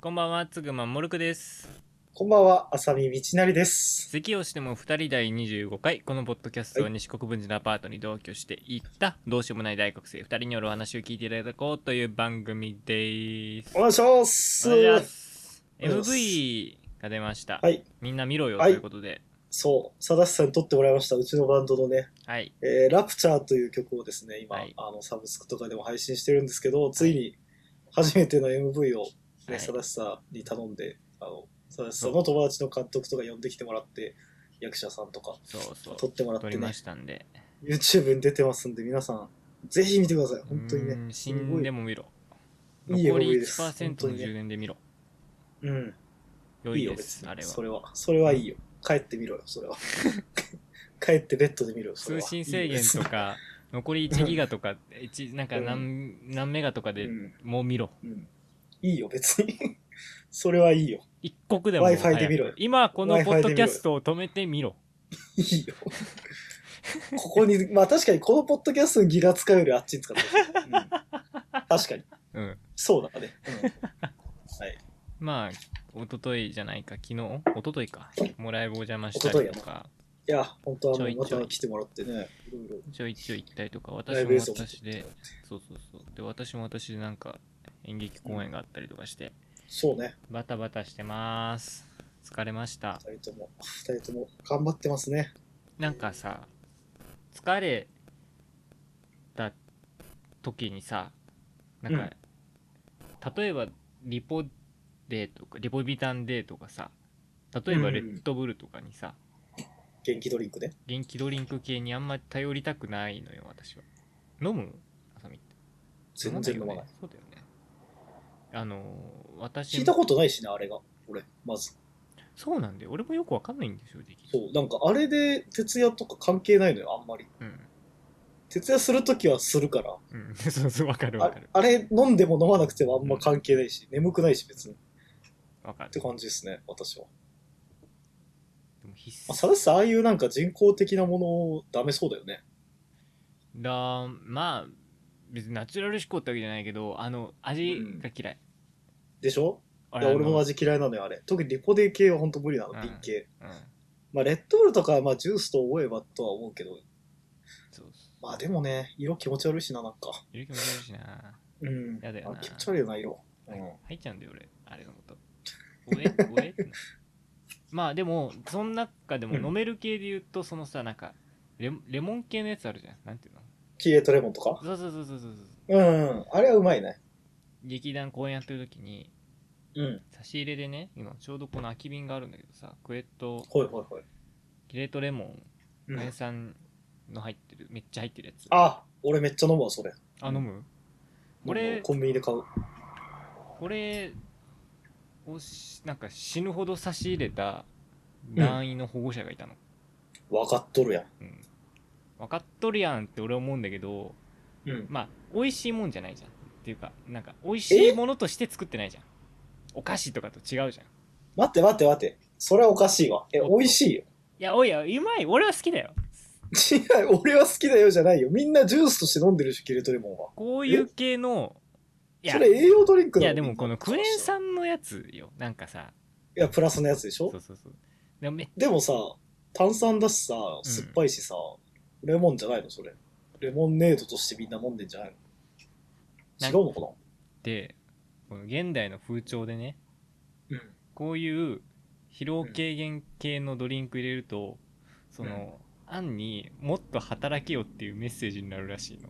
こんばんは、つぐまもるくです。 こんばんは、浅見道成です。 咳をしても二人第25回。このポッドキャストははい、 西国分寺のアパートに同居していたどうしようもない大学生二人によるお話を聞いていただこうという番組です。 お願いします。 お願いしまおす。 願いします。 MV が出ました。 はい、 みんな見ろよはい、 ということで。 そう、さだしさんに撮ってもらいました。うちのバンドのね、 はい。 ラプチャーという曲をですね、今、 はい。 サブスクとかでも配信してるんですけど、つはい。 いに初めての MV をね、 はい。 さだしさんに頼んで、さだしさんそう。 の友達の監督とか呼んできてもらって、役者さんとかそうそう。 撮ってもら撮りまってね、 したんで。 YouTube に出てますんで、皆さん、ぜひ見てください。本当にね、 死すごい、 んでも見ろ。 いい残り MV です。本 1%の充当にね。 電で見ろ。 うん。いいよ、 良いです、 別に。 あれは。 それは。それはいいよ。帰ってみろよ、それは。帰ってベッドで見ろよ、それ通は。 信制限いいよ、別に。 とか残り1ギガとかなんかうん。 何メガとかでうん。 もう見ろ。 うん。いいよ、別に。それはいいよ。 一刻でも Wi-Fi で早見ろよ。 く今このポッ Wi-Fi ドキャで見ろよ。 ストを止めてみろ。 いいよ。ここに、まあ確かにこのポッドキャストにギガ使うよりあっちに使ってほしい。うん。確かに。 うん。 そうだね。うん。はい。 まあ一昨日じゃないか、昨日一昨日か、もらい棒邪魔した一昨日やな。 りとか、 いや、本当はちょもうまいちょいた来てもらってね、いろいろちょいちょい行ったりとか、 ライ私もブ映像も撮っ私で、 てもらって。 そうそうそうで、私も私でなんか演劇うん。 公演があったりとかしてそうね。 バタバタしてます。疲れました。 二人とも頑張ってますね。 なんかさ、疲れた時にさ、なんかうん。 例えばリポデーとかリポビタンデーとかさ、例うんうんうえばレッん。 ドブルとかにさ、 元気ドリンクね。 元気ドリンク系にあんまり頼りたくないのよ私は。飲む？あさみって飲まないよね。 全然飲まない。 そうだよね。あの私も聞いたことないしね、あれが。俺、まず。 そうなんで、俺もよくわかんないんで正直。 そう、なんかあれで徹夜とか関係ないのよ、あんまり。 うん徹夜するときはするから。 うん。そうそう、わかるわかるあれ飲んでも飲まなくてもあんまうん。 関係ないし、眠くないし別に。っわかる。 て感じですね、私は。 でも必まあ、サダスさん、ああいうなんか人工的なものダメそうだよね。 まあ別にナチュラル思考ってわけじゃないけど、味うん。 が嫌い。 でしょ？いや、 俺俺も味嫌いなのよ、あれ。特にリポデ系はほんと無理なの、 うん瓶系。 うん。 まあ、レッドブルとかはまあジュースと思えばとは思うけど、 そうまあでもね、色気持ち悪いしな、なんか。 いる気持ち悪いしな。 うん。 やだよな。 気持ち悪いよな、色。うん。 入っちゃうんだよ俺、あれのこと。おえってな。まあでもその中でもうん。 飲める系で言うと、そのさ、なんかレモン系のやつあるじゃん、なんていうの。 キーエトレモンとか。 そうそうそうそうそうそう。 うん。あれはうまいね。 劇団公演やってる時にうん。 差し入れでね、今ちょうどこの空き瓶があるんだけどさ、クエットほいほいほい。 キレートレモンうん。 原産の入ってる、めっちゃ入ってるやつ。 あ、俺めっちゃ飲むわ、それ。うん。 飲む？こ飲む飲む。 れコンビニで買う。 これをなんか死ぬほど差し入れたうん。 団員の保護者がいたの。 わかっとるやん。 うん、分かっとるやんって俺思うんだけど、 うん。 まあ美味しいもんじゃないじゃんっていうか、なんか美味しいえ、 ものとして作ってないじゃん。お菓子とかと違うじゃん。 待って待って待って。それはおかしいわ。 おっと、 美味しいよ。 いやおいやうまい、俺は好きだよ。 違う、俺は好きだよじゃないよ。みんなジュースとして飲んでるし、キレトレモンは。え、 こういう系の、いやそれ栄養ドリンクだろ、 いやでみんなもこのクエからしたら。いン酸のやつよ、なんかさ。 や、プラスのやつでしょ？ そうそうそう。でもでもさ、炭酸だしさ、酸っうん。 ぱいしさ、レモンじゃないのそれ。レモンネードとしてみんな飲んでんじゃないなんの？違うのかな？ で、この現代の風潮でね、 うん。 こういう疲労うん。 軽減系のドリンク入れると、そうん。 の、案にもっと働けよっていうメッセージになるらしいの。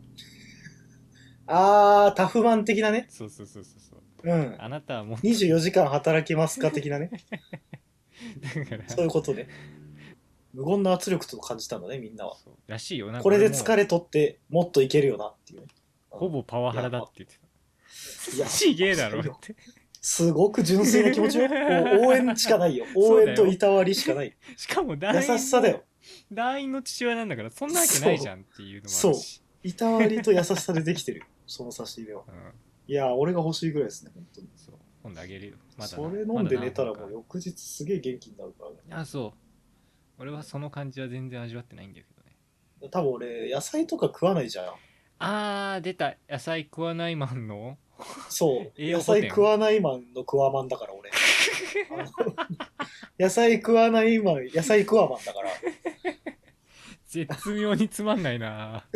タフマン的なね。 そうそうそうそうそう。 うん。 あなたはもっと 24時間働けますか的なね。 だから、 そういうことね。無言の圧力と感じたんだね、みんなは。 そうらしいよ。なんかこれで俺も、 疲れ取ってもっといけるよなっていうね。うん。 ほぼパワいや、 ハラだってまあ、 言ってた。 いや、 ちげえだわかるよ。 ろって。 すごく純粋な気持ちよ。もう応援しかないよ。応援とそうだよ。 いたわりしかない。 しかも優しさだよ。 団員の父親なんだから、そんなわけないじゃそう。 んっていうのもあるそし。 う。いたわりと優しさでできてるよ。その差し入れは。 うん。 いや、俺が欲しいぐらいですね、本当に。 そう。今度あげるよ。まだそれ飲まだんで寝たら何本か。 もう翌日すげえ元気になるからね。 あ、そう。俺はその感じは全然味わってないんだけどね。 多分俺、野菜とか食わないじゃん。 出た。野菜食わないマンのそう。 栄養補填野菜食わないマンのクワマンだから俺。あの野菜食わないマン、野菜食わマンだから。 絶妙につまんないな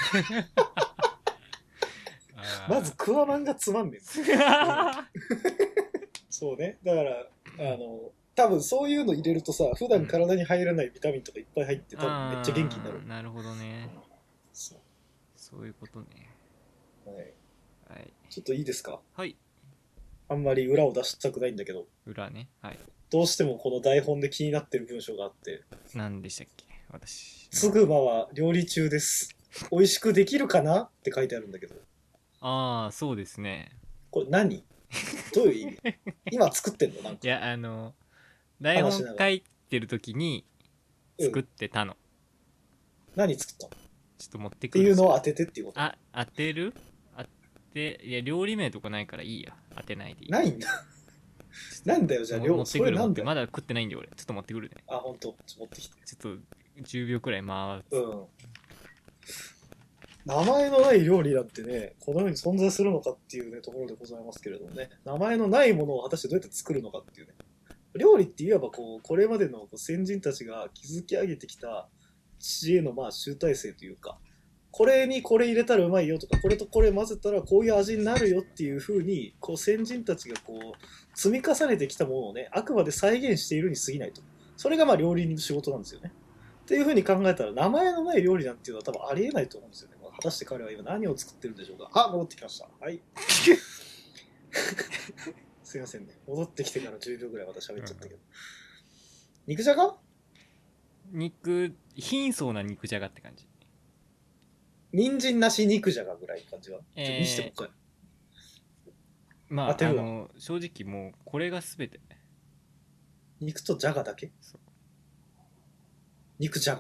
まずクワマンがつまんねん。そうね。だから、多分そういうの入れるとさ、普段体に入らないビタミンとかいっぱい入って多分めっちゃ元気になる。 なるほどね。 そそういうことね。 う、はい。 はい。 ちょっといいですか？ はい。 あんまり裏を出したくないんだけど、 裏ね。はい。 どうしてもこの台本で気になってる文章があって、 何でしたっけ私。 つぐまは料理中です。美味しくできるかなって書いてあるんだけど、 ああ、そうですね。 これ何？どういう意味？今作ってんの？なんかいや、台本話しながら書いてる時に作ってたの。 何作ったの？ ちょっと持ってってくる。 いうのを当ててっていうこと？ あ、当てるいや、料理名とかないからいいや。当てないでいい。 ないんだ。なんだよ、じゃあ、 持ってくる持ってそれなんだよ。 まだ食ってないんで俺。ちょっと持ってくるね。 あ、ほんと、持ってきて。 ちょっと10秒くらい回す。 うん。名前のない料理なんてね、この世に存在するのかっていうね、ところでございますけれどもね。名前のないものを果たしてどうやって作るのかっていうね。料理って言えばこう、これまでのこう先人たちが築き上げてきた知恵のまあ集大成というか、これにこれ入れたらうまいよとか、これとこれ混ぜたらこういう味になるよっていう風に、こう先人たちがこう、積み重ねてきたものをね、あくまで再現しているに過ぎないと。それがまあ料理人の仕事なんですよね。っていう風に考えたら、名前のない料理なんていうのは多分ありえないと思うんですよね。まあ果たして彼は今何を作ってるんでしょうか。あ、戻ってきました。はい。すいませんね。戻ってきてから10秒ぐらいまた喋っちゃったけど。肉じゃが？ 貧相な肉じゃがって感じ。 人参なし肉じゃがぐらいの感じは。ちょっと見せてもらえ。 まあ、 当てるわ正直もうこれが全て。 肉とじゃがだけ？ そう肉じゃが。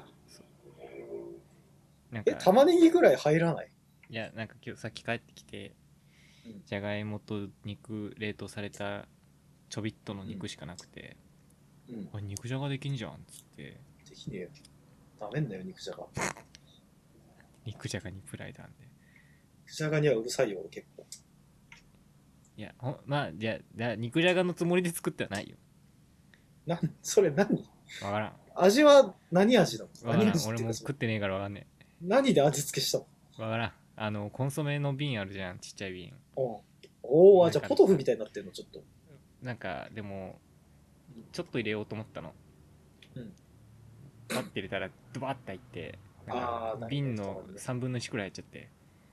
なんか玉ねぎぐらい入らない？ いや、なんか今日さっき帰ってきて、 うんじゃがいもと肉冷凍されたちょびっとの肉しかなくて、 うん。 あ、肉じゃができんじゃんっつって、 できねえよ。ダメんだよ、肉じゃが。 肉じゃがにプライドあんで。 肉じゃがにはうるさいよ、俺結構。 いや、まあ、じゃあ肉じゃがのつもりで作ってはないよ。 それ何？ わからん。 味は何味なの？ わからん。 何味って俺もいうか食ってねえからわかんね何で味付けしたの？ え。わからん。コンソメの瓶あるじゃん、ちっちゃい瓶。 おー、じゃあポトフみたいになってんの、ちょっと。 なんか、でも、ちょっと入れようと思ったの。 うん。 パッて入れたら、ドバッて入って、なんあかー瓶の3分の1くらい入っちゃって、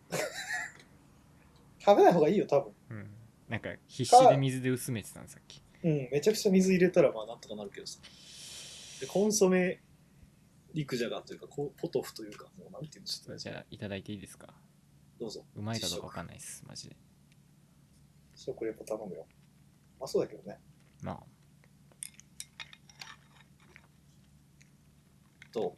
食べない方がいいよ、多分。 うん。なんか、必死で水で薄めてたの、さっき。 うん、めちゃくちゃ水入れたらまあなんとかなるけどさ。でコンソメ肉じゃがというか、ポトフというか、もうなんていうんですか。 じゃあ、いただいていいですか？ どうぞ。 うまいかどうかわかんないです、マジで。 食レポ頼むよ。まあそうだけどね。 まあ、 ど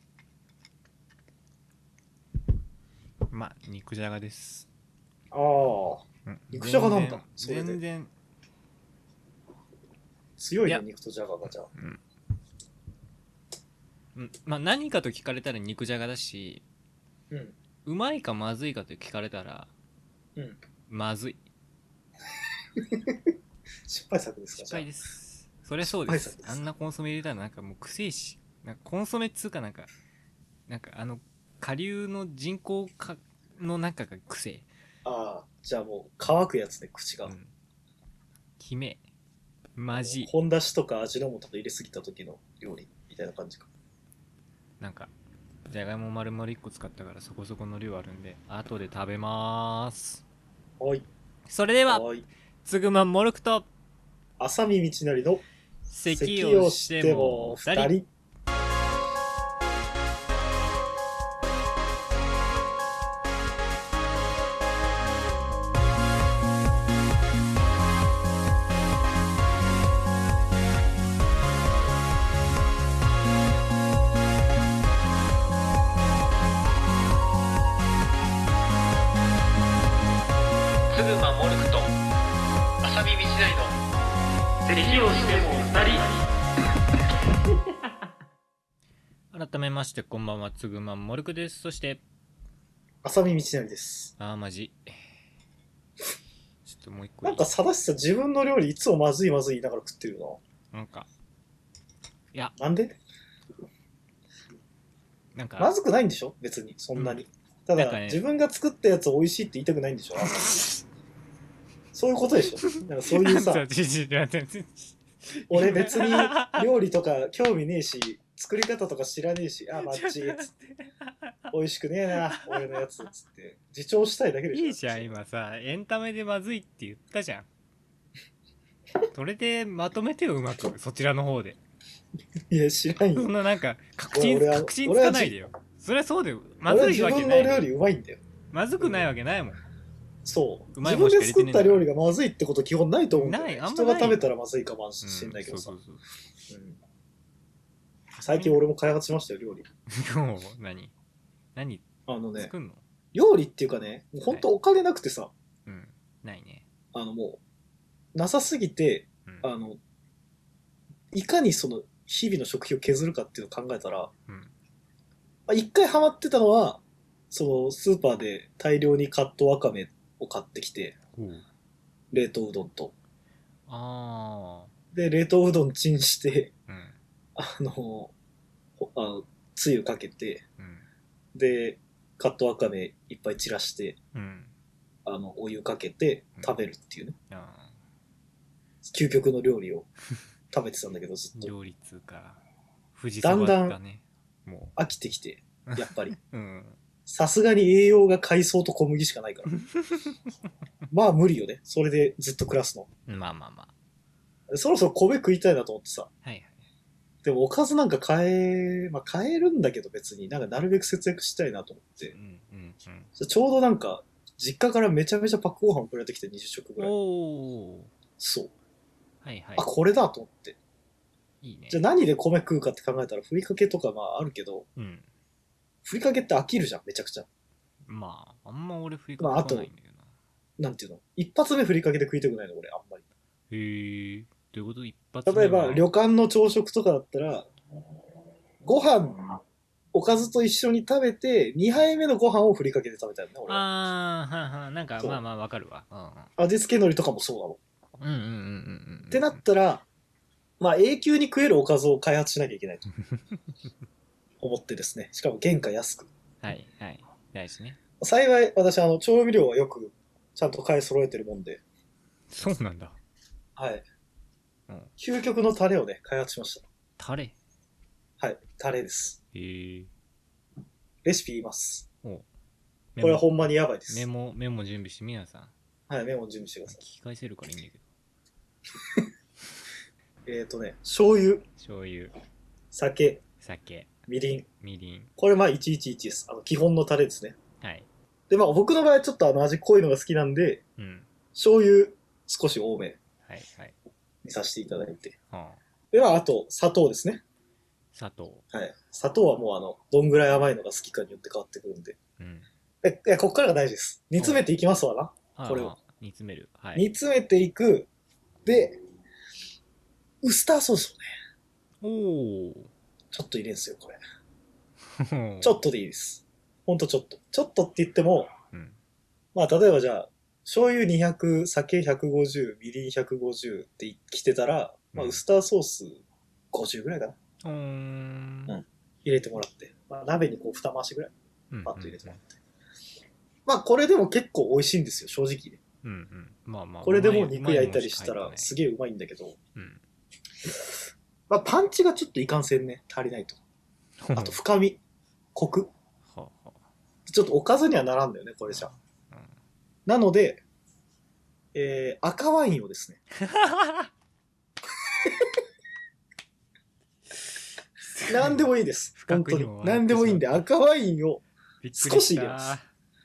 まあ、肉じゃがです。 う？ああ、 うん、 肉じゃがなんだそれで全然、 強いね、 いや肉とじゃががじゃあ。 まあ、何かと聞かれたら肉じゃがだし、 うん。 うまいかまずいかと聞かれたら、 うん。 まずい。 失敗作ですか？ 失敗です。そりゃそうです。 失敗作ですあんなコンソメ入れたらなんかもうくせえし、なんかコンソメっつうかなんか下流の人工かの中がくせえ。 ああ、じゃあもう乾くやつね、口が。 きめえ。マジ。 本だしとか味の素入れすぎた時の料理みたいな感じか。 なんか、じゃがいも丸々1個使ったからそこそこの量あるんで、後で食べまーす。 はい。 それでは、 はい。 つぐまもるくと、 浅見道成の咳をしても二人。 すぐ守ると浅見道成の咳をしても二人。 改めましてこんばんは、つぐまもるくです。そして、 浅見道成です。 マジもう一個いいなんか、さだしさん自分の料理いつもまずいまずい言いながら食ってるよなんか、いや、 な。なんでなんか、 まずくないんでしょ別に、そんなに。ただ、 なんかね自分が作ったやつ美味しいって言いたくないんでしょそういうことでしょなんかそういうさ、俺別に料理とか興味ねえし、作り方とか知らねえし、あ、マッチーっつって美味しくねえな、俺のやつっつって自重したいだけでしょ。 いいじゃん、今さ、エンタメでまずいって言ったじゃん。それでまとめてよ、うまく、そちらの方で。 いや、知らんそよ。 んななんか、 俺は確信つかないでよ。そりゃそうだよ。まずいわけ俺は自分ない。 の料理うまいんだよ。 まずくないわけないもん。 そう。 うまいもんしか自分で作入れてねえんだからった料理がまずいってこと基本ないと思うんだよ、ね。 ないあんまない人が食べたらまずいかもしんないけどさ。 そうそうそう。 うん最近俺も開発しましたよ、料理。 今日、何あのね、 作んの？ 料理っていうかね、もうほんとお金なくてさ、 うん。ないね。 もう、なさすぎて、 うん。 いかにその、日々の食費を削るかっていうのを考えたら、 うん。 一回ハマってたのは、その、スーパーで大量にカットわかめを買ってきて、 ほう。 冷凍うどんと。 あで、冷凍うどんチンして、 ー。うん。 つゆかけて、 うん。 で、カットわかめいっぱい散らして、 うん。 お湯かけて食べるっていうね、 あ究極の料理を食べてたんだけど、ずっー。 と。 料理通か。富士そばだね。も飽きてきて、やっぱり。 う。うん。 さすがに栄養が海藻と小麦しかないから。まあ無理よね。それでずっと暮らすの。 まあまあまそろそろ米食いたいなと思ってさ。 あ。はいはい。 でもおかずなんか買えるんだけど別になんかなるべく節約したいなと思って。 うんうんちょうどなんか、実家からめちゃめちゃパックご飯送られてきて20食うん。 ぐらい。 おー。 そう。 はいはい。 あ、これだと思って。 いいね。 じゃあ何で米食うかって考えたらふりかけとかまああるけど、 うん。 ふりかけって飽きるじゃん、めちゃくちゃ。 まあ、あんま俺振りかまあけないんだよな。 なんていうの一発目ふりかけで食いたくないの俺、あんまり。 へえ。どういうこと一発目例えば、旅館の朝食とかだったら、ご飯、おかずと一緒に食べて、2杯目のご飯をふりかけで食べたいのね、俺は。 あー、はんはん。なんか、 そうまあまあわかるわ。 味付け海苔とかもそうなの。 うんうん。うんうんうんうんうん。 ってなったら、まあ永久に食えるおかずを開発しなきゃいけないと思ってですね。しかも原価安く。 はいはい。大事ね。 幸い、私、調味料はよく、ちゃんと買い揃えてるもんで、 そうなんだ。 はい。 うん。 究極のタレをね、開発しましタレ。 た。はい。タレです。 へえ。 レシピ言います。 おこれはほんまにやばいです。 メモ準備して皆さん。 はい、メモ準備してくださ聞き返せるからいいんだけど。 い。醤油、 醤油、 酒、 酒、 みりん。 みりん。 これまあ111です。基本のタレですね。 はい。 で、まあ僕の場合ちょっと味濃いのが好きなんで、 うん。 醤油少し多めはいはい。 にさせていただいて。 はあ。 で、まああと砂糖ですね。 砂糖。 はい。砂糖はもうどんぐらい甘いのが好きかによって変わってくるんで。 うん。 いや、こっからが大事です。煮詰めていきますわな。 ああこれを。 煮詰める。はい。 煮詰めていく。で、ウスターソースをね、 おお。 ちょっと入れるんですよ、これ。 ちちょっとでいいです。ほんとちょっと。ちょっとって言っても、 うん。 まあ例えばじゃあ、醤油200、酒150、みりん150って来てたら、まあうんウスターソース50ぐらいかな。 うーん。 うん入れてもらって。まあ鍋にこう二回しぐらいうん。 パッと入れてもらって。まあこれでも結構美味しいんですよ、正直ね。 うんうん。まあまあ。 これでもう肉焼いたりしたうまいものしか入ってないらすげえうまいんだけど、 うん。 まあパンチがちょっといかんせんね、足りないと。あと深み、コク。 はあはちょっとおかずにはならんだよね、これじゃ。 あ。 なので、赤ワインをですね、何でもいいです。本当に。何でもいいんで、赤ワインを、少し入れます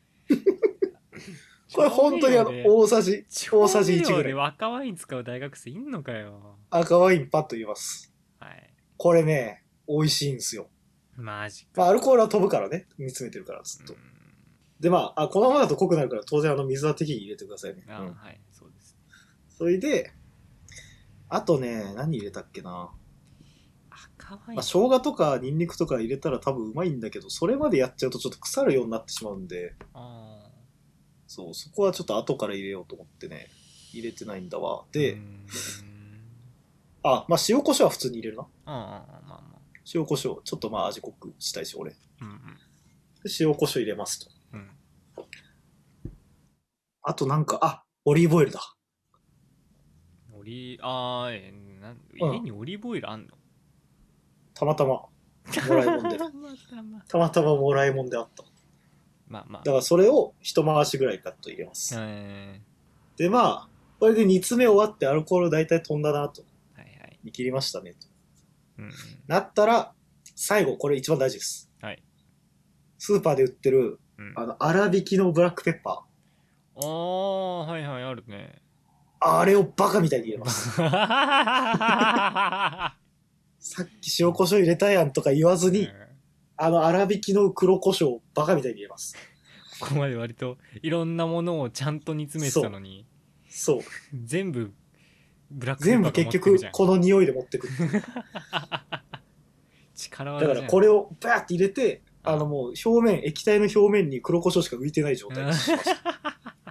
これ本当に大さじ1ぐらでい。 赤ワイン使う大学生いんのかよ。 赤ワインパッと入れます。 はい。 これね、美味しいんですよ。 マジか。 まあ、アルコールは飛ぶからね。煮詰めてるから、ずっと。で、まあ、このままだと濃くなるから、当然水は適宜入れてくださいね。 あ、 うんはい、そうです。 それで、あとね、何入れたっけな。 赤ワイン、 まあ、生姜とかニンニクとか入れたら多分うまいんだけど、それまでやっちゃうとちょっと腐るようになってしまうんで、 あそう、そこはちょっと後から入れようと思ってね。 入れてないんだわ。 うで、 ーんあ、まあ塩コショウは普通に入れるな。 ああ、まあま塩コショウ。ちょっとまあ味濃くしたいし、俺。であ。うん塩コショウ入れますと。 うん。うん。 あとなんか、あ、オリーブオイルだ。 家うん。 にオリーブオイルあんの？ たまたま、もらいもんで。 またまたまたまもらいもんであった。 まあまだからそれを一回しぐらいカット入れまあ。 す。 はいで、まあ、これで煮詰め終わってアルコール大体飛んだなと。 はい。 煮切りましたねと。 うんうん。 なったら、最後、これ一番大事です。 はい。 スーパーで売ってる、 うん。 粗挽きのブラックペッパああ、はいはい、あるね。 ー。あれをバカみたいに入れます。さっき塩コショウ入れたやんとか言わずに、粗挽きの黒胡椒をバカみたいに入れます。 ここまで割といろんなものをちゃんと煮詰めてたのに、 そう。 全部ブラックペッ全部パーが持結局ってくじゃん。 この匂いで持ってくる。 力だか技じゃん。 らこれをバーって入れて、 あもう液体の表面に黒胡椒しか浮いてない状態にしました。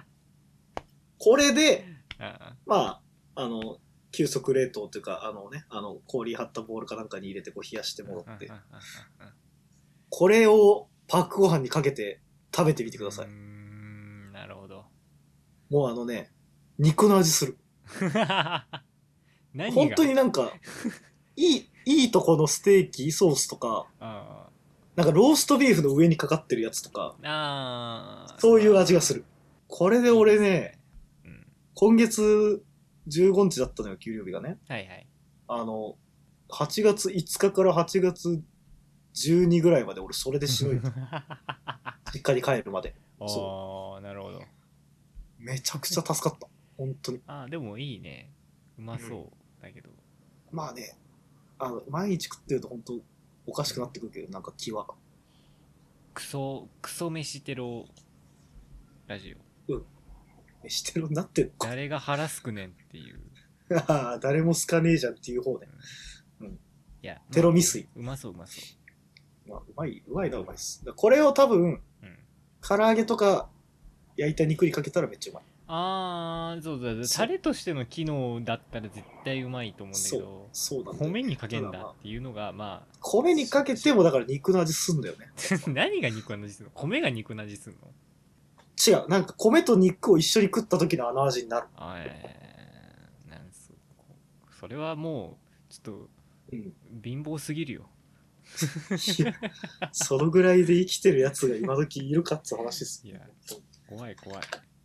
これで、 あまあ、急速冷凍というか、氷張ったボールかなんかに入れてこう冷やしてもらって、これをパックご飯にかけて食べてみてください。 なるほど。 もう肉の味する。 何が本当になんか、いいとこのステーキソースとか、 あなんかローストビーフの上にかかってるやつとか、 あそういう味がする。これで俺ね、 うん、 今月15日だったのよ、給料日がね。 はいはい。 8月5日から8月12ぐらいまで俺それでしのいだ。実家に帰るまで。 ああ、なるほど。 めちゃくちゃ助かった。本当に。 ああ、でもいいね。うまそうだけど。 まあね、毎日食ってると本当おかしくなってくるけど、なんか気は。 クソ飯テロラジオ。 飯テロになってんのか。 誰が腹すくねんっていう。 誰も好かねえじゃんっていう方ね。 いや、 テロ未遂。 うまそううまそまあ、うまいな、うまいっす。これを多分、 う。うん。 唐揚げとか焼いた肉にかけたらめっちゃうまい。 あー、そうだ、 そうタレとしての機能だったら絶対うまいと思うんだけど、 そうなんだよ。 米にかけんだただまあっていうのが、まあ、 米にかけてもだから肉の味すんだよね。 何が肉の味するの？米が肉の味するの？ 違う。なんか米と肉を一緒に食った時のあの味になる。 それはもう、ちょっと、 うん。 貧乏すぎるよ。 いや、そのぐらいで生きてるやつが今時いるかって話です。 いや、怖い怖い。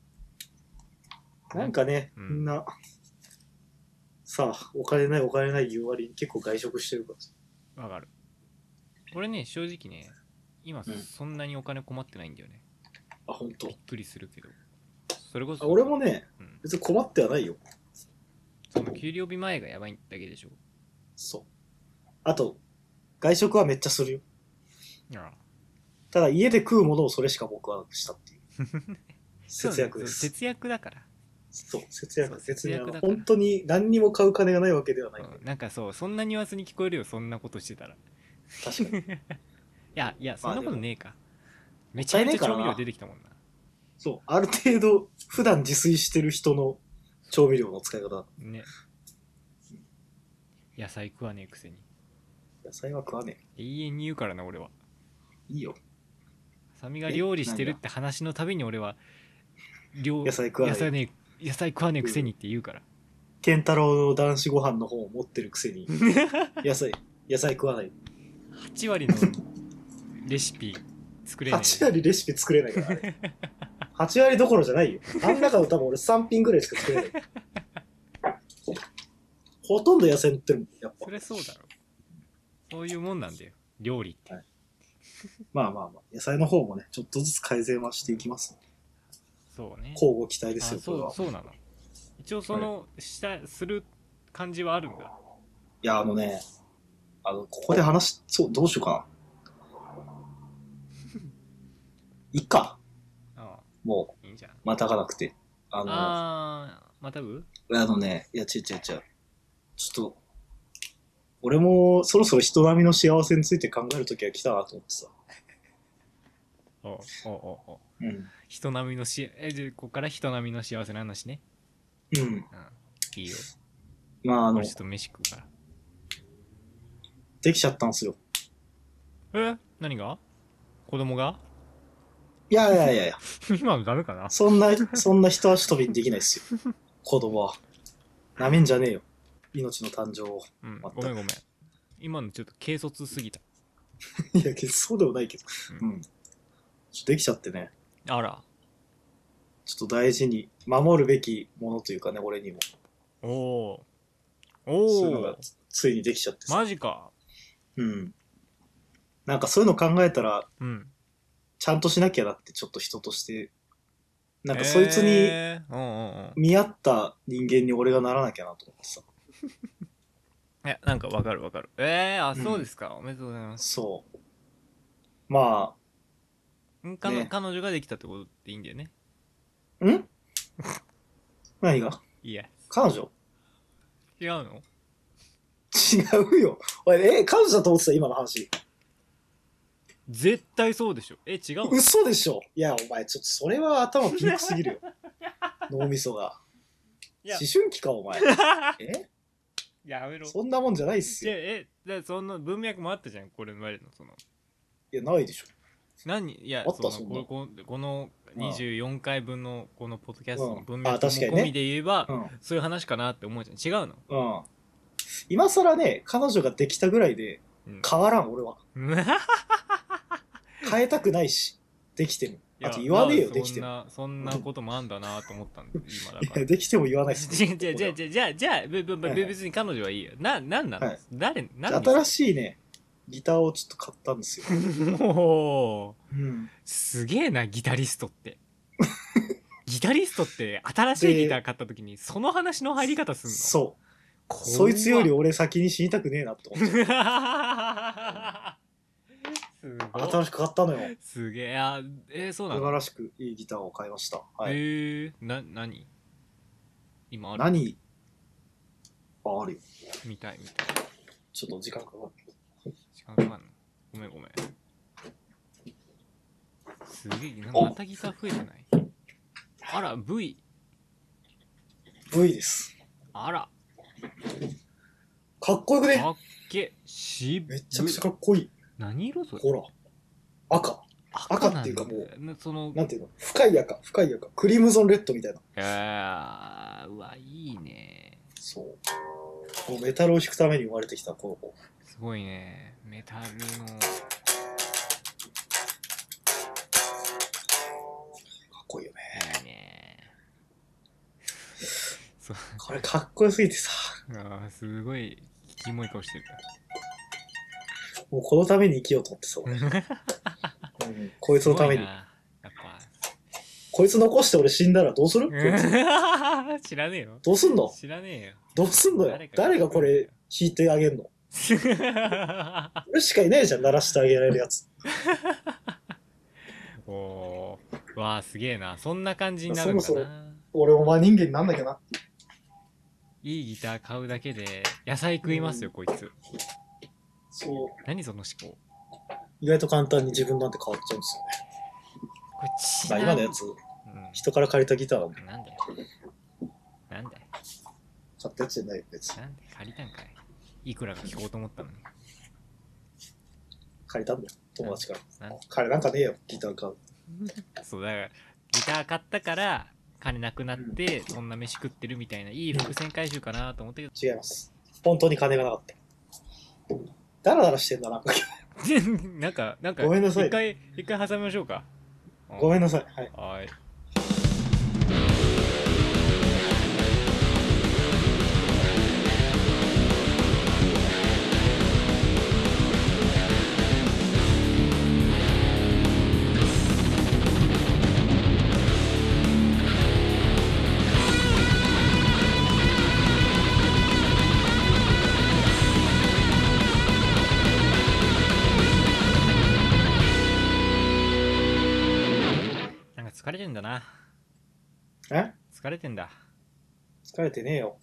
なんかね、 うんみんな、さあ、お金ない言う割に結構外食してるからさ。 わかる。俺ね、正直ね、今うんそんなにお金困ってないんだよね。 あ、本当。 びっくりするけど。それこあそ、 俺もね、 うん、 別に困ってはないよ。 その給料日前がやばいだけでしょ。 そう。あと、外食はめっちゃするよ。 ああただ家で食うものをそれしか僕はなくしたっていう。節約です。 そう節約だから。 そう、節約。 そう別に節約だから本当に何にも買う金がないわけではないんで。 なんかそう、そんなニュアンスに聞こえるよ、そんなことしてたら。い確かに。 や、そんなことねえか。めちちゃゃめちゃいねえからな調味料出てきたもんな。 そう、ある程度、普段自炊してる人の調味料の使い方。 ね。野菜食わねえくせに。 野菜は食わね永遠に言うからな、俺は。 え。いいよ。 さみが料理してるって話のたびに俺は、 野菜食わない野菜食わねえくせにって言うから。 ケンタロウの男子ご飯の本を持ってるくせに、野菜食わない。 8割のレシピ作れね 8割レシピ作れないから、あれ。8割どころじゃないよ。あん中の多分俺3品ぐらいしか作れない。ほとんど野菜塗ってるもん、やっぱそ。りゃそうだろ。そういうもんなんだよ、料理って。 まあまあまあ、野菜の方もね、ちょっとずつ改善はしていきます。 そうね。 交互期待ですよ、これは。 そうなの。一応する感じはあるんだ。 いや、ここでそう、どうしようかな。いっか。 ああ、 もいいんじゃん。 またがなくて。 またぶいや、違う。ちょっと、俺もそろそろ人並みの幸せについて考える時が来たなと思ってさ。 おうん。 人並みのじゃあここから人並みの幸せの話ね。 うん。 うん、いいよ。 まあ俺ちょっと飯食うから。 できちゃったんですよ。 何が？子供が？ いやいやいやいや、 今のダメかな？ そんな一足飛びにできないですよ。子供は。なめんじゃねえよ。命の誕生を。 うん、 またごめんごめん。今のちょっと軽率すぎた。 いや、そうでもないけど。うん。ちょっとできちゃってね。 あら。 ちょっと大事に守るべきものというかね、俺にも。 おお。 そういうのがおお。 ついにできちゃってさ。 マジか。 うん。なんかそういうの考えたら、 うん。 ちゃんとしなきゃなってちょっと人として、なんかそいつにうんうんうん。 見合った人間に俺がならなきゃなと思ってさ。 いや、なんかわかるわかる。あ、そうですか。おめでとうございます。 そう。まね彼女ができたってことでいいんだよね。 ん何がいや、 彼女違うの？ 違うよ。おい、彼女だと思ってた、今の話。 絶対そうでしょ。違うの？ 嘘でしょ。いや、お前、ちょっとそれは頭ピンクすぎるよ。脳みそが。 いや思春期か、お前。えやめろ。 そんなもんじゃないっすよ。 そんな文脈もあったじゃん、これまでの、その。 いや、ないでしょ。 いや、 あったそんなこの24回分のこのポッドキャストの文あ脈も確かにね込みで言えば、 うん。 そういう話かなって思うじゃん。違うの？ うん。今更ね、彼女ができたぐらいでうん。 変わらん、俺は。 い変えたくないし、できても。 やあと言わねえよ、 まあできても。 そんなこともあんだなと思ったんで、今だかいや、できても言わないっら。 す。 じゃあ、 はいはい別に彼女はいいよ。なんなの？ はい誰、 新しいね、ギターをちょっと買ったんですよ。 もう、 うん。 すげえな、ギタリストって。ギタリストって新しいギター買った時にその話の入り方すんの？ そう。 怖っそいつより俺先に死にたくねえなって思っちゃすう。 ごい。 新しく買ったのよ。 すげえ。そうなの？ 素晴らしくいいギターを買いました。はい。 何今ある？ 何あるよ。 見たい。 ちょっと時間かかる。 時間かかんの？ごめん。すげえ、またギター増えてない？あら、V。 V です。 あら、 かっこよくねかっけ。 めちゃくちゃかっこいい。 何色それ？ ほら。赤赤っていうかもう、その、 なんていうの深い赤。クリムゾンレッドみたいな。 うわ、いいね。 そう。もうメタルを弾くために生まれてきたこの子。 すごいね。メタルの。 かっこいいよね。 いいね。 これかっこよすぎてさ。 すごい、キモい顔してる。 もうこのために生きようと思ってさ、俺。こいつのために。 やっぱ。 こいつ残して俺死んだらどうするこいつ知らねえよ。 どうすんの知らねえよ。 どうすんのよ誰がこれ弾いてあげんの俺しかいないじゃん、鳴らしてあげられるやつ。 おー。わあ、すげえな。そんな感じになるんだな。 そろそろ俺も真人間になんなきゃな。 いいギター買うだけで野菜食いますよ、こいつ。 そう。 何その思考。 意外と簡単に自分なんて変わっちゃうんですよね。 これちまあ今のやつ、 うん、 人から借りたギターなんで、 なんで買ったやつじゃないよ、別に。 なんで借りたんかい。いくらか聞こうと思ったのに。 借りたんだよ、友達から。 なん彼なんかねえよ、ギター買う。 そうだからギター買ったから金なくなってそんな飯食ってるみたいないい伏線回収かなと思ったけど、 違います。本当に金がなかった。ダラダラしてんだな、 なんかごめんなさい一回挟みましょうか。 ごめんなさい。はい。 はい。なんか疲れてんだな。疲れてんだ。 疲れてねえよ。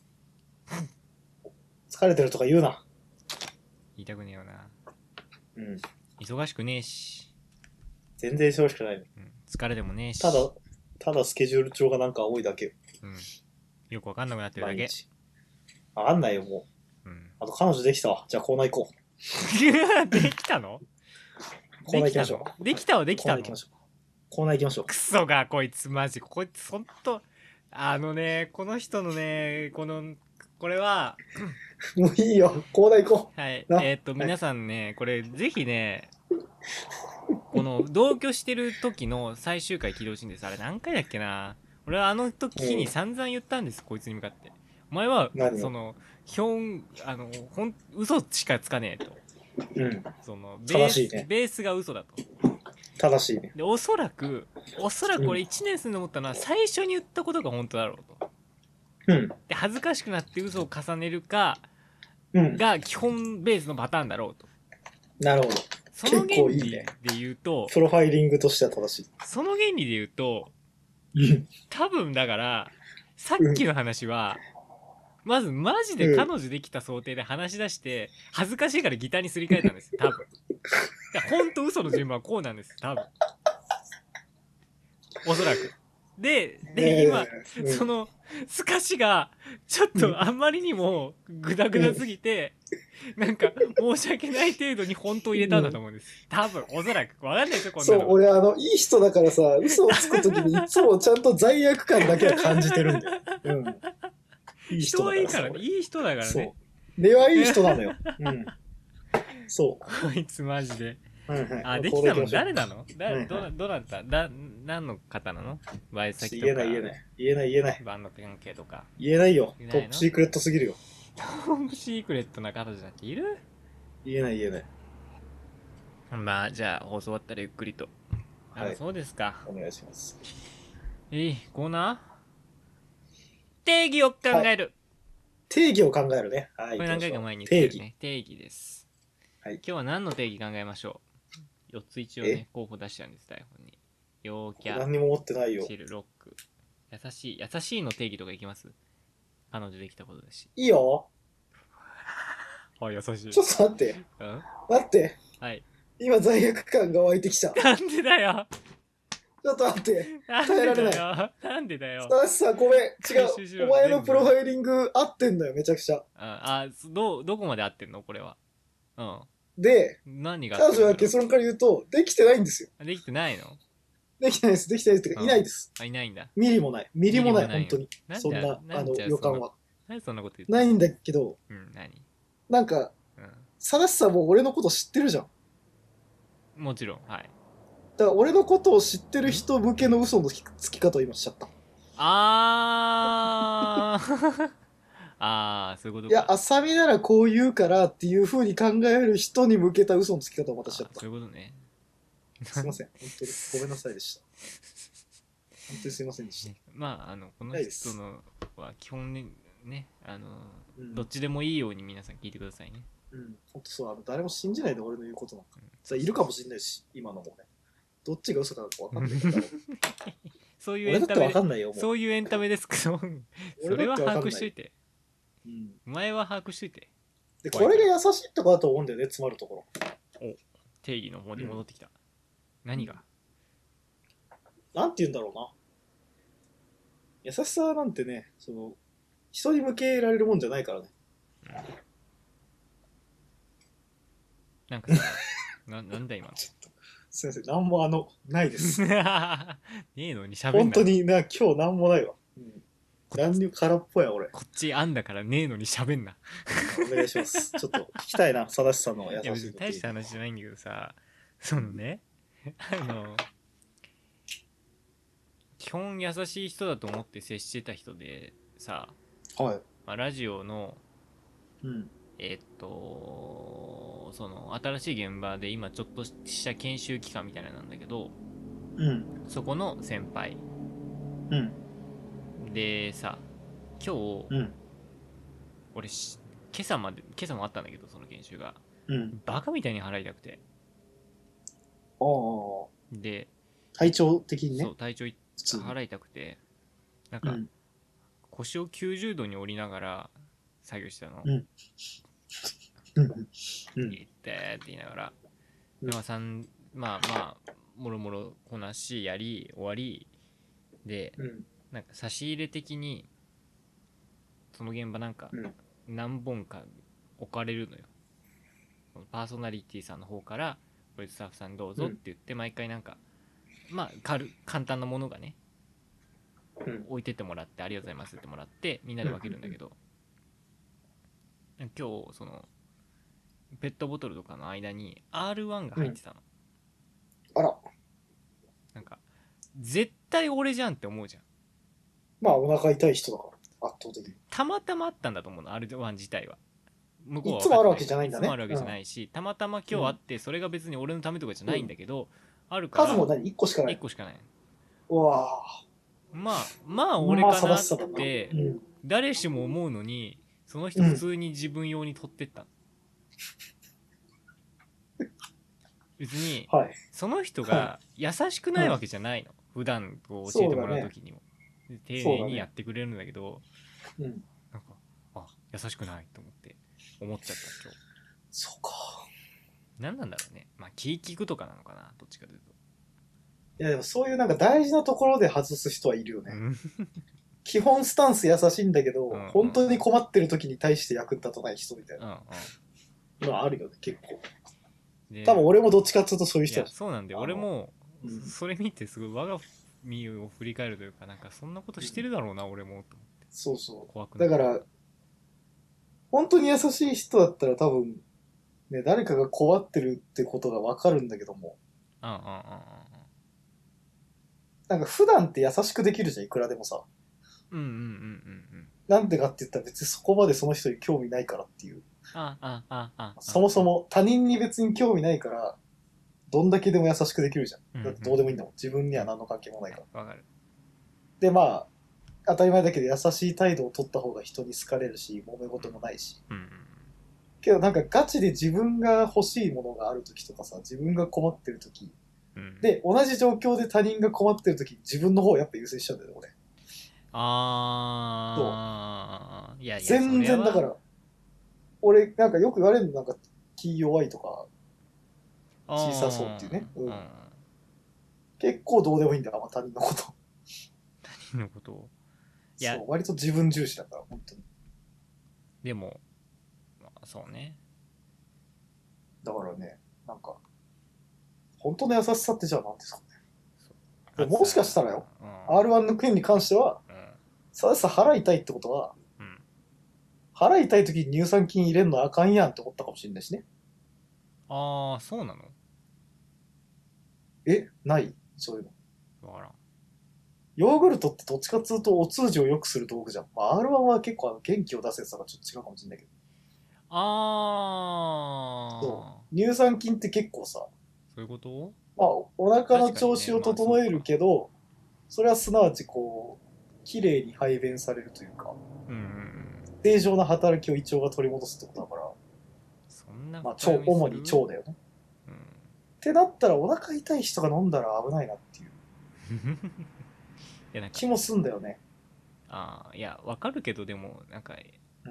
疲れてるとか言うな。 言いたくねえよな。 うん。 忙しくねえし、 全然忙しくないね。 疲れでもねえし。 ただスケジュール帳がなんか多いだけよ。 よくわかんなくなってるだけ。 毎日。わかんないよ、もう。 うん。 あと彼女できたわ。じゃあコーナー行こできたの？ う。コーナー行きましょう。 できたはできたの？ コーナー行きましょう。コーナー行きましょう。 クソがこいつマジこいつほんとこの人のねこれはもういいよ。コーナー行こはいな皆さんねこれぜひねこの同居してる時の最終回聞いてほしいんです。あれ何回だっけな。俺はあの時に散々言ったんです、こいつに向かって。お前は何をその嘘しかつかねえと。 う。うん。 その正しいねベースが嘘だと。 正しいね。 でおそらく俺1年住んで思ったのは最初に言ったことが本当だろうと。 うん。 で恥ずかしくなって嘘を重ねるかうん。 が基本ベースのパターンだろうと。 なるほど。 その原理結構いいねで言うと、 プロファイリングとしては正しい。 その原理で言うと、 うん。 多分だからさっきの話は、まずマジで彼女できた想定で話し出して恥ずかしいからギターにすり替えたんですよ多分。いやほんと嘘の順番はこうなんです多分。おそらく。で今、 うんその透かしがちょっとあんまりにもグダグダすぎて、なんか申し訳ない程度に本当を入れたんだと思うんです。多分おそらくわかんないですよこんなそう、 の。 俺いい人だからさ、嘘をつくときにいつもちゃんと罪悪感だけは感じてるんだよ。うん。いい人人だからさ。 はいいからね、 俺いい人だからそね。 う。根はいい人なのよ。うん。そこいつマジで。 う。はいはい。 あ、できたのこう誰なのはいはいどうなった何の方なの？バイト先とか。 言えない言えない。言えない言えない。 バンド関係とか。 言えないよ言え。ないのトップシークレットすぎるよ。 トップシークレットな彼女なんている？ 言えない言えない。 まあ、じゃあ放送終わったらゆっくりと。 はいそうですか。 お願いします。 コーナー定義を考える。 定義を考えるね。はい。 これ何回か前に定義。 言ってるね。定義です。 はい今日は何の定義考えましょう。4つ一応ね、候補出してあるんです、台本に。陽キャ、 何にも持ってないよ。 チル、ロック。優しいの定義とかいきます？彼女できたことだし。 いいよ。 あ、優しい。 ちょっと待って。 うん待って。 はい。 今罪悪感が湧いてきた。 なんでだよ。 ちょっと待って。 なん耐えられないでだよ。なんでだよ。 さしさ、ごめん。 回収しろ違う。お前のプロファイリング合ってんだよ、めちゃくちゃ。 どこまで合ってんのこれは。うん。 で、 何が合っ彼てんの女は結論から言うと、できてないんですよ。 できてないの？ できてないです。できてないです。てかいないです。 いないんだ。 ミリもない。ミリもない、 ミリもないよ本当に。 なんでそんな、 なんで予感は。 何そんなこと言ってないんだけど、 何なんか、 うさだしさんも俺のこと知ってるじゃん。 ん。もちろん、はい。 だから俺のことを知ってる人向けの嘘のつき方を今しちゃった。 そういうことか。 いや、浅見ならこう言うからっていう風に考える人に向けた嘘のつき方をまたしちゃった。 そういうことね。 すいません。本当に。ごめんなさいでした。本当にすいませんでした。 まあ、このないです人のは基本ね、 うんどっちでもいいように皆さん聞いてくださいね。 うん。本当そう、誰も信じないで俺の言うことなんか。さいるかもしれないし、今のもね。どっちが嘘かなんか分かんないから。 そういうエ俺だってンタメ分かんないよ、もう。 そういうエンタメですけど、それは把握しといて。 うん。 お前は把握しといて。 で、これが優しいとこだと思うんだよね、詰まるところ。 定義の方に戻ってきた。何が？ なんて言うんだろうな。優しさなんてね、人に向けられるもんじゃないからね。 なんかさ、なんだ今の。 すいません、なんもないです。 ねえのに喋んな。 本当にな、今日なんもないわ。何にも空っぽや、俺。 こっちあんだからねえのに喋んな。 お願いします。ちょっと聞きたいな、さだしさんの優いや別にしい大した話じゃないんだけどさ、そのね、基本優しい人だと思って接してた人でさ、 はい。 ラジオのうん。 その新しい現場で今ちょっとした研修期間みたいなのなんだけど、 うん。 そこの先輩うん。 でさ、今日、 うん。 俺今朝もあったんだけど、その研修がうん。 バカみたいに払いたくて、 ああ。 で体調的にね。 そう体調普通に払いたくて、なんかうん。 腰を90度に折りながら作業してたの。 うん。うん。うん。 いってって言いながら、 うんでまあもろもろこなしやり終わりで、 うん。 なんか差し入れ的にその現場なんかうん何本か置かれるのよ。パーソナリティさんの方からこれスタッフさんどうぞって言って毎回なんかまあ簡単なものがねうん置いてってもらってありがとうございますってもらってみんなで分けるんだけど、今日そのペットボトルとかの間に R1 が入ってたの。 あら、 なんか絶対俺じゃんって思うじゃん。 まあお腹痛い人だから圧倒的に。 たまたまあったんだと思うの R1 自体は。向こうはいつもあるわけじゃないんだね。 いつもあるわけじゃないし、たまたま今日あってそれが別に俺のためとかじゃないんだけど、あるから数も何 ?1 個しかな 1 い。 個しかない。 うわまあ俺かなってうん。 誰しも思うのに、その人普通に自分用に取ってったの。別にはい。 その人が優しくないわけじゃないの、普段こう教えてもらう時にも、丁寧にやってくれるんだけど、 うん。 なんか優しくないと思っちゃった今日。 そうか。 何なんだろうね。まあ気利くとかなのかな、どっちかというと。 いやでもそういうなんか大事なところで外す人はいるよね。基本スタンス優しいんだけど、 うんうん本当に困ってる時に対して役立たない人みたいうんなのはあるよね、結構。 で多分俺もどっちかっていうとそういう人だ。 いやそうなんで俺もうんそれ見てすごい我が身を振り返るというか、なんかそんなことしてるだろうな、俺もと思ってそうそ怖くう。 なった。 だから、本当に優しい人だったら多分、ね、誰かが困ってるってことがわかるんだけども、 うんうんうんなんか普段って優しくできるじゃん、いくらでもさ。 うんうんうんうんうんなんでかって言ったら別にそこまでその人に興味ないからっていう。 あそもそも他人に別に興味ないから、どんだけでも優しくできるじゃん。だってどうでもいいんだもん。自分には何の関係もないから。 わかる。 で、まあ、当たり前だけど優しい態度を取った方が人に好かれるし、揉め事もないし。 うんけどなんかガチで自分が欲しいものがある時とかさ、自分が困ってる時うんで、同じ状況で他人が困ってる時自分の方をやっぱ優先しちゃうんだよね、俺。 いやいや全然だから、俺なんかよく言われるのなんか気弱いとか、小さそうっていうね結構どうでもいいんだよ、他人のこと。 他人のことをいやそう、割と自分重視だから、本当に。 でも、まあ、そうね。 だからね、なんか、本当の優しさってじゃあ何ですかね。でももしかしたらよ、R1 の件に関しては、ささ払いたいってことは、払いたい時に乳酸菌入れんのあかんやんって思ったかもしれないしね。 ああ、そうなの？ ないそういうの。 わからん。 ヨーグルトってどっちかっつうとお通じを良くする道具じゃん。まあ、R1 は結構元気を出すやつだからちょっと違うかもしれないけど。そう。乳酸菌って結構さ、 そういうこと？ まあ、お腹の調子を整えるけど、それはすなわちこう、綺麗に排便されるというか、正常な働きを胃腸が取り戻すってことだから、 そんなまあ、主に腸だよね。ってなったらお腹痛い人が飲んだら危ないなっていういやなんか気もすんだよね。 いやわかるけど、でもなんか、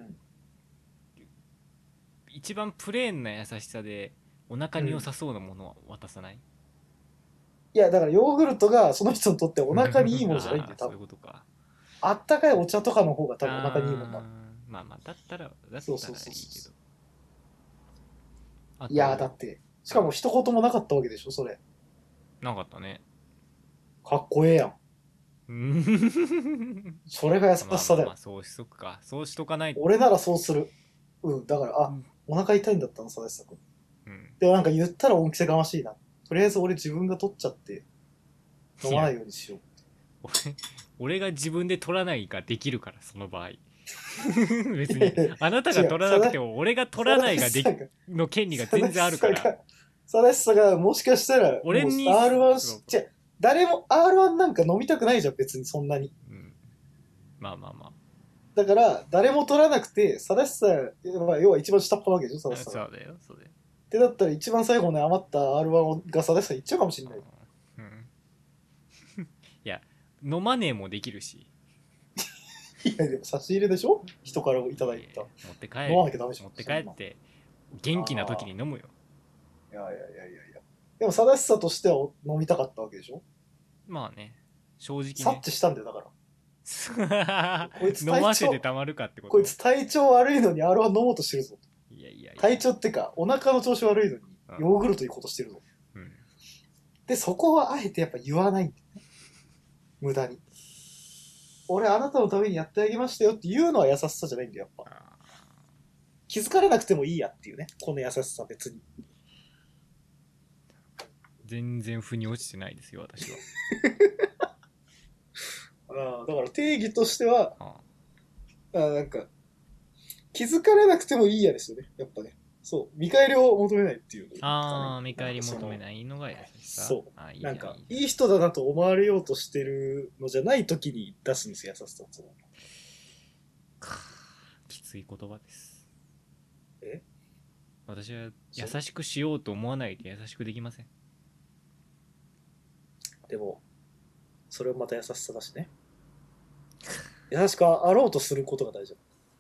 一番プレーンな優しさでお腹に良さそうなものは渡さない？ いやだからヨーグルトがその人にとってお腹にいいものじゃないんだよ多分。 そういうことか。 あったかいお茶とかの方が多分お腹にいいもんだ。 まあだったらいいけど。 いやだってしかも一言もなかったわけでしょそれ。 なかったね。 かっこええやん。それが優しさだよ。 そうしとくか。そうしとかないと。 俺ならそうする。だからお腹痛いんだったの佐々木さん。でもなんか言ったら恩着せがましいな。とりあえず俺自分が取っちゃって飲まないようにしよう。 俺が自分で取らないができるから、その場合。別にあなたが取らなくても俺が取らないができの権利が全然あるから。 佐々木さんがもしかしたら俺に R1 誰も R1 なんか飲みたくないじゃん別にそんなに。 まあだから誰も取らなくて佐々木さん、要は一番下っ端なわけでしょ佐々木さん。 そうだよそうだよ。 ってだったら一番最後に余った R1 が佐々木さんいっちゃうかもしれない。 いや飲まねえもできるし。 いやでも差し入れでしょ人からいただいた。 持って帰る。 飲まなきゃダメでしょ。 持って帰って元気な時に飲むよ。 いや。でも佐々木さんとしては飲みたかったわけでしょ。 まあね、正直ね。 察知したんだよだから。 こいつ飲ませてたまるかってこと。 こいつ体調悪いのに R1 飲もうとしてるぞ。 いやいやいや。 体調ってか、お腹の調子悪いのにヨーグルト行こうとしてるぞ。 うん。 で、そこはあえてやっぱ言わないんだよね。無駄に。俺あなたのためにやってあげましたよっていうのは優しさじゃないんだよ、やっぱ。気づかれなくてもいいやっていうね。この優しさ別に。 全然腑に落ちてないですよ、私は。 だから定義としては、 あなんか、気づかれなくてもいいやですよね。やっぱね。そう。見返りを求めないっていう、 あー、見返り求めないのが優しさ。 そう。 あ、いいなんか、 いいい人だなと思われようとしてるのじゃない時に出すんですよ、優しさって。 きつい言葉です。 え私は優しくしようと思わないで優しくできません。 でも、それもまた優しさだしね。優しくあろうとすることが大事。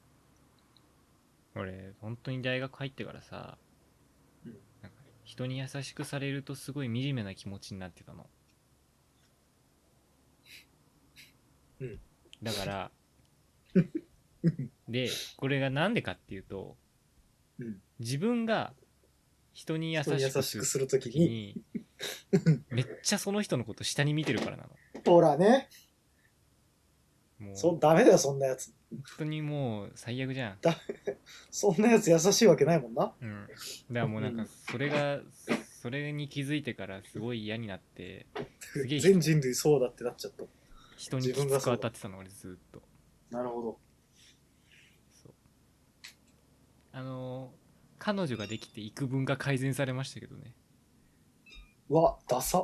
俺、本当に大学入ってからさ、 うんなんか人に優しくされるとすごい惨めな気持ちになってたの。 うん。 だから、で、これがなんでかっていうと、 うん、 自分が人に優人に優ししくすくするとるときに、 きに、めっちゃその人のこと下に見てるからなの。 ほらね、 もう、 ダメだよ、そんなやつ。 本当にもう最悪じゃん。 そんなやつ優しいわけないもんな。 うん。だからもうなんか、それに気づいてからすごい嫌になって、すげえ全人類そうだってなっちゃった。 人にきつく当たってたの、俺ずっと。 なるほど。 そう。彼女ができて幾分か改善されましたけどね。 うわ、ダサ。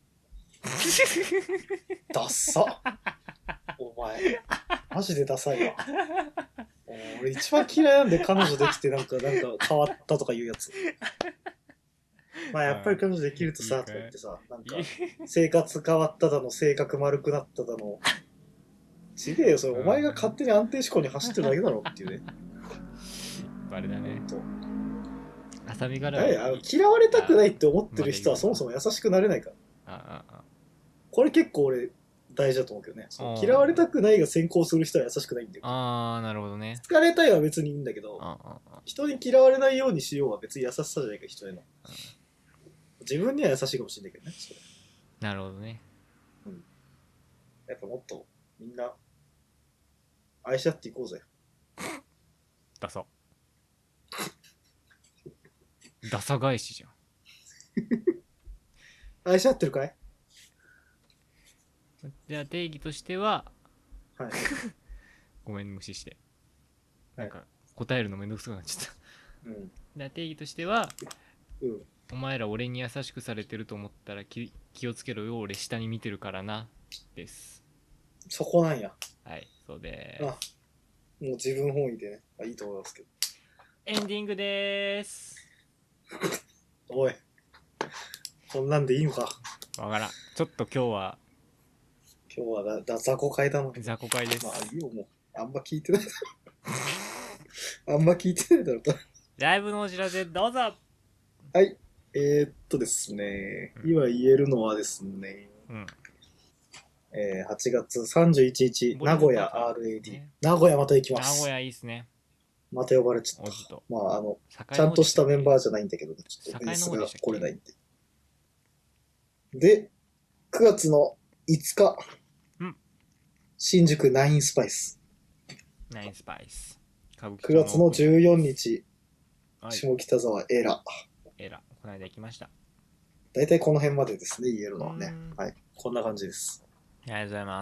ダサ。お前、マジでダサいわ。俺一番嫌いなんで、彼女できてなんか変わったとか言うやつ。まあやっぱり彼女できるとさ、とか言ってさ、なんか生活変わっただの、性格丸くなっただの。ちげえよ、それお前が勝手に安定志向に走ってるだけだろっていうね。 あれだね。浅見から嫌われたくないって思ってる人はそもそも優しくなれないから。これ結構俺大事だと思うけどね。嫌われたくないが先行する人は優しくないんだよ。 ああ、なるほどね。 好かれたいは別にいいんだけど、人に嫌われないようにしようは別に優しさじゃないか、人への。自分には優しいかもしれないけどね。それなるほどね。 うん。やっぱもっとみんな愛し合っていこうぜ。 ダサ。ダサ返しじゃん。 愛し合ってるかい？ じゃあ定義としては、 はい。 ごめん無視して。なんか答えるのめんどくさくなっちゃった。 うん。 じゃあ定義としては、 うん。 お前ら俺に優しくされてると思ったら気をつけろよ、俺下に見てるからな、です。 そこなんや。 はい、そうであ、 す。 もう自分本位でね。いいと思いますけど。 エンディングでーす。 おい。こんなんでいいのか。 わからん。ちょっと今日は雑魚会だもん。 雑魚会です。 まあいいよ、もう。あんま聞いてないだろ。あんま聞いてないだろ。 ライブのお知らせどうぞ。 はい。ですね、今言えるのはですね、8月31日、名古屋 RAD。名古屋また行きます。 名古屋いいっすね。 また呼ばれちゃった。まあ、ちゃんとしたメンバーじゃないんだけど、ちょっとベースが来れないんで。で、9月の5日、新宿ナインスパイス。 ナインスパイス。 9月の14日、下北沢エラ。 この間行きました。 大体この辺までですね、言えるのはね。はい。こんな感じです。 ありがとうございます。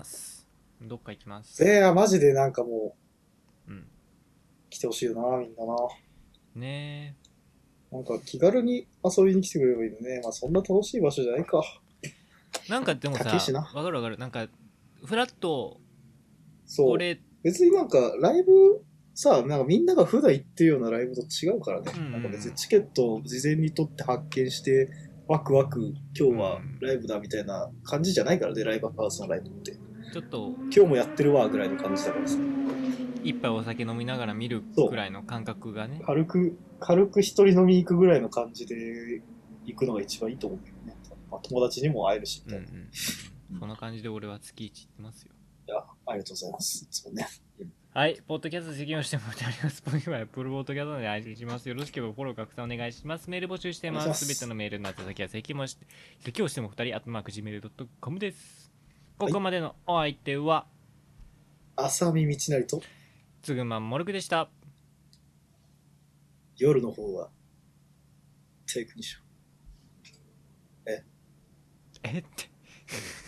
どっか行きます。 マジでなんかもう、来てほしいよな、みんなな。 ねえ。なんか気軽に遊びに来てくれればいいのね。まあそんな楽しい場所じゃないか。 なんかでもさ、わかるわかる。なんか、フラット、 そう。別になんかライブ、さ、なんかみんなが普段行ってるようなライブと違うからね。なんか別にチケットを事前に取って発見して、ワクワク、今日はライブだみたいな感じじゃないからね、ライブハウスのライブって。 ちょっと、 今日もやってるわぐらいの感じだからさ。 一杯お酒飲みながら見るぐらいの感覚がね。 軽く一人飲み行くぐらいの感じで行くのが一番いいと思うけどね。まあ、友達にも会えるしみたいな。 そんな感じで俺は月1行ってますよ。 いや、 ありがとうございます。いつもね。 はい、ポッドキャスト実験をしてもらってあります。Spotify、Apple Podcast で配信します。よろしければフォロー、拡散お願いします。メール募集してお願います。すべてします。 のメールの宛先は咳をしても2人、@gmail.com です。こはい。 こまでのお相手は、 浅見道成とつぐまんもるくでした。 夜の方はテイクにしよう。ええって。